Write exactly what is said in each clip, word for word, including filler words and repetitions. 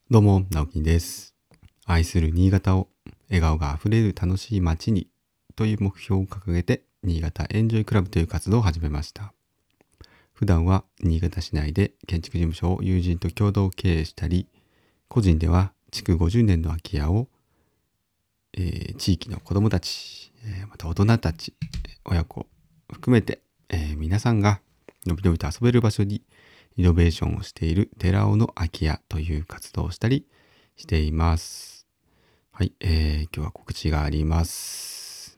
どうも、直樹です。愛する新潟を笑顔があふれる楽しい街にという目標を掲げて、新潟エンジョイクラブという活動を始めました。普段は新潟市内で建築事務所を友人と共同経営したり、個人では築ごじゅうねんの空き家を、えー地域の子どもたち、えーまた大人たち、親子含めて、えー皆さんがのびのびと遊べる場所にイノベーションをしている寺尾の空き家という活動をしたりしています。はい、えー今日は告知があります。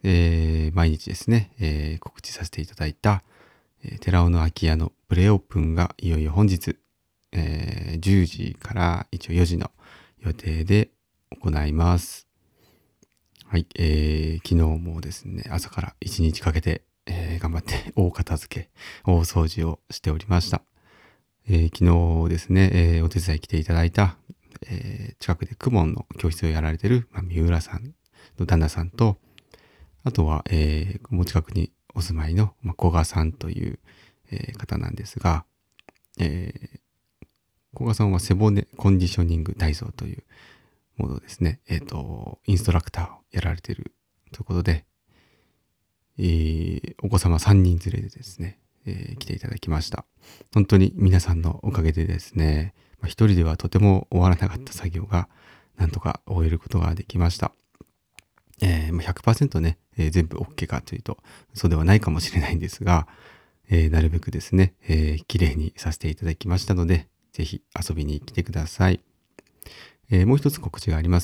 えー毎日ですね、えー告知させていただいた、えー寺尾の空き家のプレオープンがいよいよ本日、えーじゅうじから一応よじの予定で行います。はい、えー昨日もですね、朝から一日かけて、えー頑張って大片付け、大掃除をしておりました。えー昨日ですね、えーお手伝い来ていただいた、えー近くで公文の教室をやられてる、まあ、三浦さんの旦那さんと、あとは、えーもう近くにお住まいの、まあ、古賀さんという、えー方なんですが、えー古賀さんは背骨コンディショニング体操というものをですね、えっ、と、インストラクターをやられているということで、えーお子様さんにん連れでですね、えー来ていただきました。本当に皆さんのおかげでですね、まあ、一人ではとても終わらなかった作業がなんとか終えることができました。えーまあ、ひゃくパーセントね、えー全部 OK かというとそうではないかもしれないんですが、えーなるべくですね、えー、綺麗にさせていただきましたので、ぜひ遊びに来てください。えーもう一つ告知があります。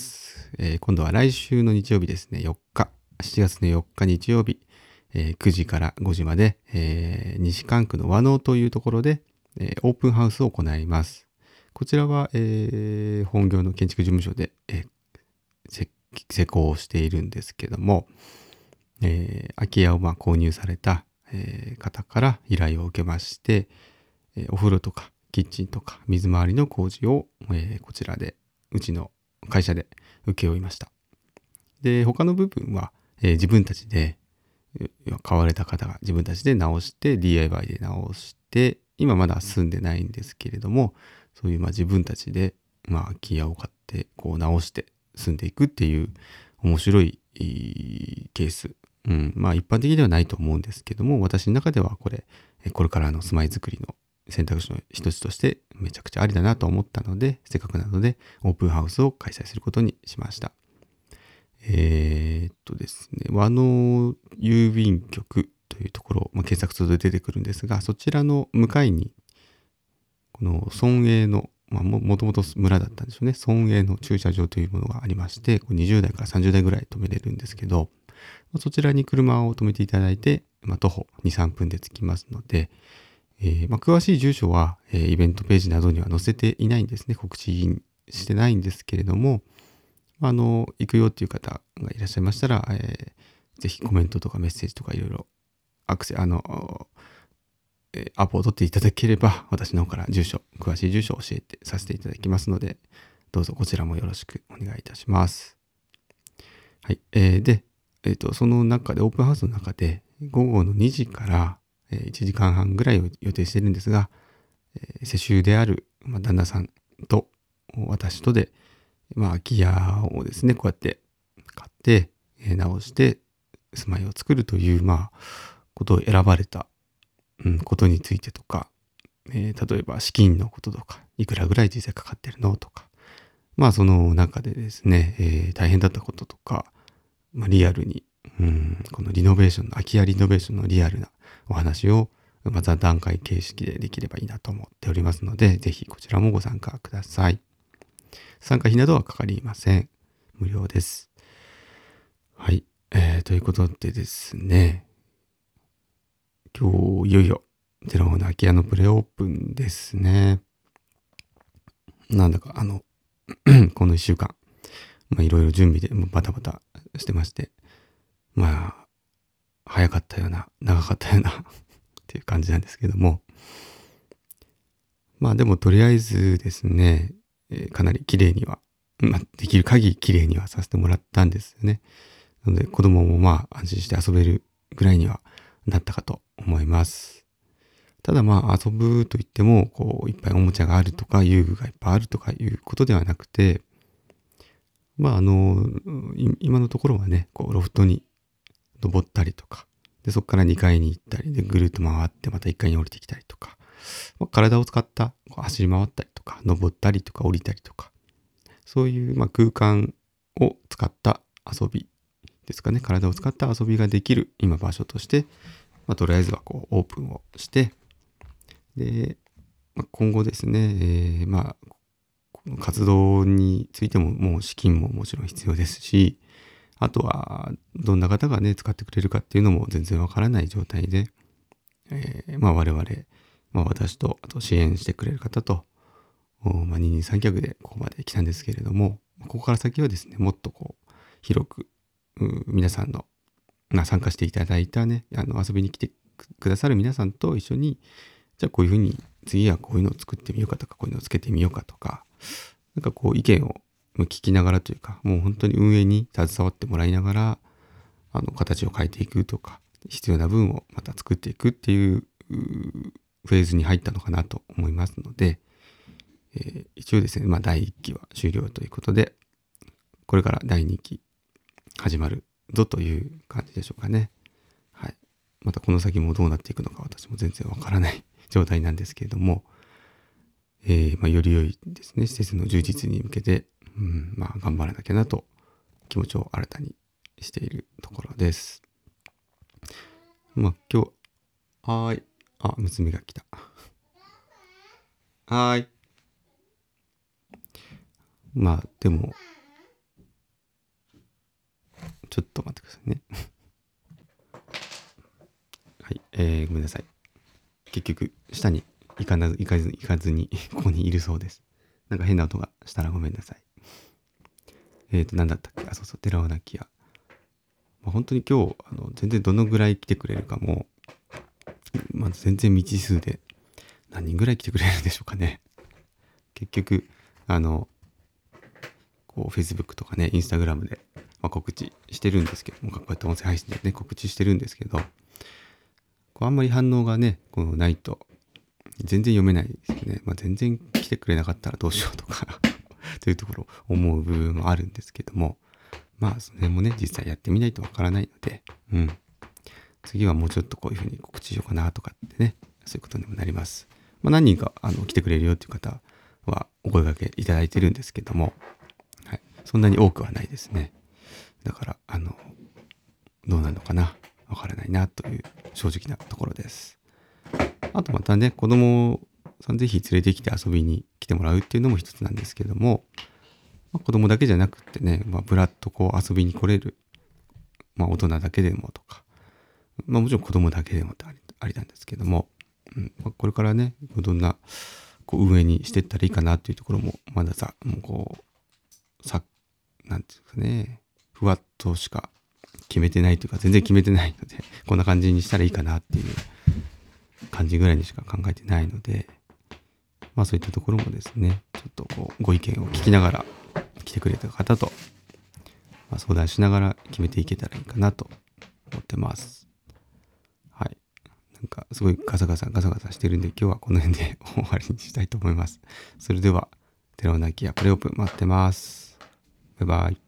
えー今度は来週の日曜日ですね、よっか、しちがつのよっか日曜日、えーくじからごじまで、えー西関区の和能というところで、えーオープンハウスを行います。こちらは、えー本業の建築事務所で、えーせ施工をしているんですけども、えー空き家をまあ購入された、えー方から依頼を受けまして、えーお風呂とかキッチンとか水回りの工事を、えーこちらでうちの会社で請け負いました。で、他の部分は、えー自分たちで、う買われた方が自分たちで直して ディーアイワイ で直して、今まだ住んでないんですけれども、そういうまあ自分たちでまあ空き家を買ってこう直して住んでいくっていう面白いいいケース。うん、まあ一般的ではないと思うんですけども、私の中ではこれ、えこれからの住まいづくりの選択肢の一つとしてめちゃくちゃありだなと思ったので、せっかくなのでオープンハウスを開催することにしました。えーっとですね、和能郵便局というところ、まあ、検索すると出てくるんですが、そちらの向かいに、この村営の、まあ、ももともと村だったんですよね。村営の駐車場というものがありまして、こうにじゅうだいからさんじゅうだいぐらい止めれるんですけど、まあそちらに車を止めていただいて、まあ、徒歩に、さんぷんで着きますので、えーまあ、詳しい住所は、えーイベントページなどには載せていないんですね。告知してないんですけれども、あの、行くよっていう方がいらっしゃいましたら、えーぜひコメントとかメッセージとかいろいろアクセ、あの、えーアポを取っていただければ、私の方から住所、詳しい住所を教えてさせていただきますので、どうぞこちらもよろしくお願いいたします。はい。えーで、えっと、その中で、オープンハウスの中で、午後のにじから、えーいちじかんはんぐらいを予定しているんですが、えー世襲である、まあ、旦那さんと私とで、まあ、空き家をですね、こうやって買って、えー直して住まいを作るという、まあ、ことを選ばれた、うん、ことについてとか、えー例えば資金のこととか、いくらぐらい実際かかってるのとか、まあその中でですね、えー大変だったこととか、まあ、リアルに、うん、このリノベーションの、空き家リノベーションのリアルなお話を、また段階形式でできればいいなと思っておりますので、ぜひこちらもご参加ください。参加費などはかかりません。無料です。はい。えー、ということでですね、今日いよいよ寺尾の空き家のプレオープンですね。なんだかあの、このいっしゅうかん、まあいろいろ準備でもうバタバタしてまして、まあ、早かったような、長かったようなっていう感じなんですけども、まあでもとりあえずですね、えーかなり綺麗には、まあできる限り綺麗にはさせてもらったんですよね。なので子供もまあ安心して遊べるぐらいにはなったかと思います。 ただまあ遊ぶといっても、こういっぱいおもちゃがあるとか遊具がいっぱいあるとかいうことではなくて、まああの、今のところはね、こうロフトに登ったりとか、でそこからにかいに行ったりでぐるっと回ってまたいっかいに降りてきたりとか、まあ、体を使ったこう走り回ったりとか登ったりとか降りたりとか、そういうまあ空間を使った遊びですかね、体を使った遊びができる今場所として、まあ、とりあえずはこうオープンをして、で、まあ、今後ですね、えー、まあこの活動についてももう資金ももちろん必要ですし、あとはどんな方がね使ってくれるかっていうのも全然わからない状態で、えー、まあ我々、まあ、私とあと支援してくれる方と、まあ、二人三脚でここまで来たんですけれども、ここから先はですねもっとこう広く皆さんの、まあ、参加していただいたねあの遊びに来てくださる皆さんと一緒に、じゃあこういうふうに次はこういうのを作ってみようかとか、こういうのをつけてみようかとか、なんかこう意見を聞きながらというか、もう本当に運営に携わってもらいながら、あの形を変えていくとか、必要な分をまた作っていくっていうフェーズに入ったのかなと思いますので、えー、一応ですね、まあだいいっきは終了ということで、これからだいにき始まるぞという感じでしょうかね。はい。またこの先もどうなっていくのか私も全然わからない状態なんですけれども、えーまあ、より良いですね施設の充実に向けて、うん、まあ頑張らなきゃなと気持ちを新たにしているところです。まあ今日はーいあ娘が来たはーいまあでもちょっと待ってくださいねはい、えー、ごめんなさい。結局下に行かな行かず行かずにここにいるそうです。なんか変な音がしたらごめんなさい。えーと何だったっけ、あそうそう寺尾泣き屋、まあ、本当に今日あの全然どのぐらい来てくれるかも、まあ、全然未知数で何人ぐらい来てくれるんでしょうかね。結局あのこう Facebook とかね Instagram で、まあ、告知してるんですけども、こうやって音声配信でね告知してるんですけど、こうあんまり反応がねこうないと全然読めないですね。まあ、全然来てくれなかったらどうしようとかというところ思う部分もあるんですけども、まあその辺もね実際やってみないとわからないので、うん、次はもうちょっとこういうふうに告知しようかなとかってね、そういうことにもなります。まあ、何人かあの来てくれるよっていう方はお声掛けいただいてるんですけども、はい、そんなに多くはないですね。だからあのどうなるのかなわからないなという正直なところです。あとまたね子供さんぜひ連れてきて遊びに来てもらうっていうのも一つなんですけども、まあ、子供だけじゃなくってね、まあ、ブラッとこう遊びに来れる、まあ、大人だけでもとか、まあ、もちろん子供だけでもってありなんですけども、うんまあ、これからねどんなこう運営にしていったらいいかなっていうところもまださもうこうさなんていうんですかね、ふわっとしか決めてないというか全然決めてないので、こんな感じにしたらいいかなっていう感じぐらいにしか考えてないので、まあそういったところもですねちょっとこうご意見を聞きながら来てくれた方と、まあ、相談しながら決めていけたらいいかなと思ってます。はい。なんかすごいガサガサガサガサしてるんで今日はこの辺で終わりにしたいと思います。それでは寺尾泣きやプレオープン待ってます。バイバイ。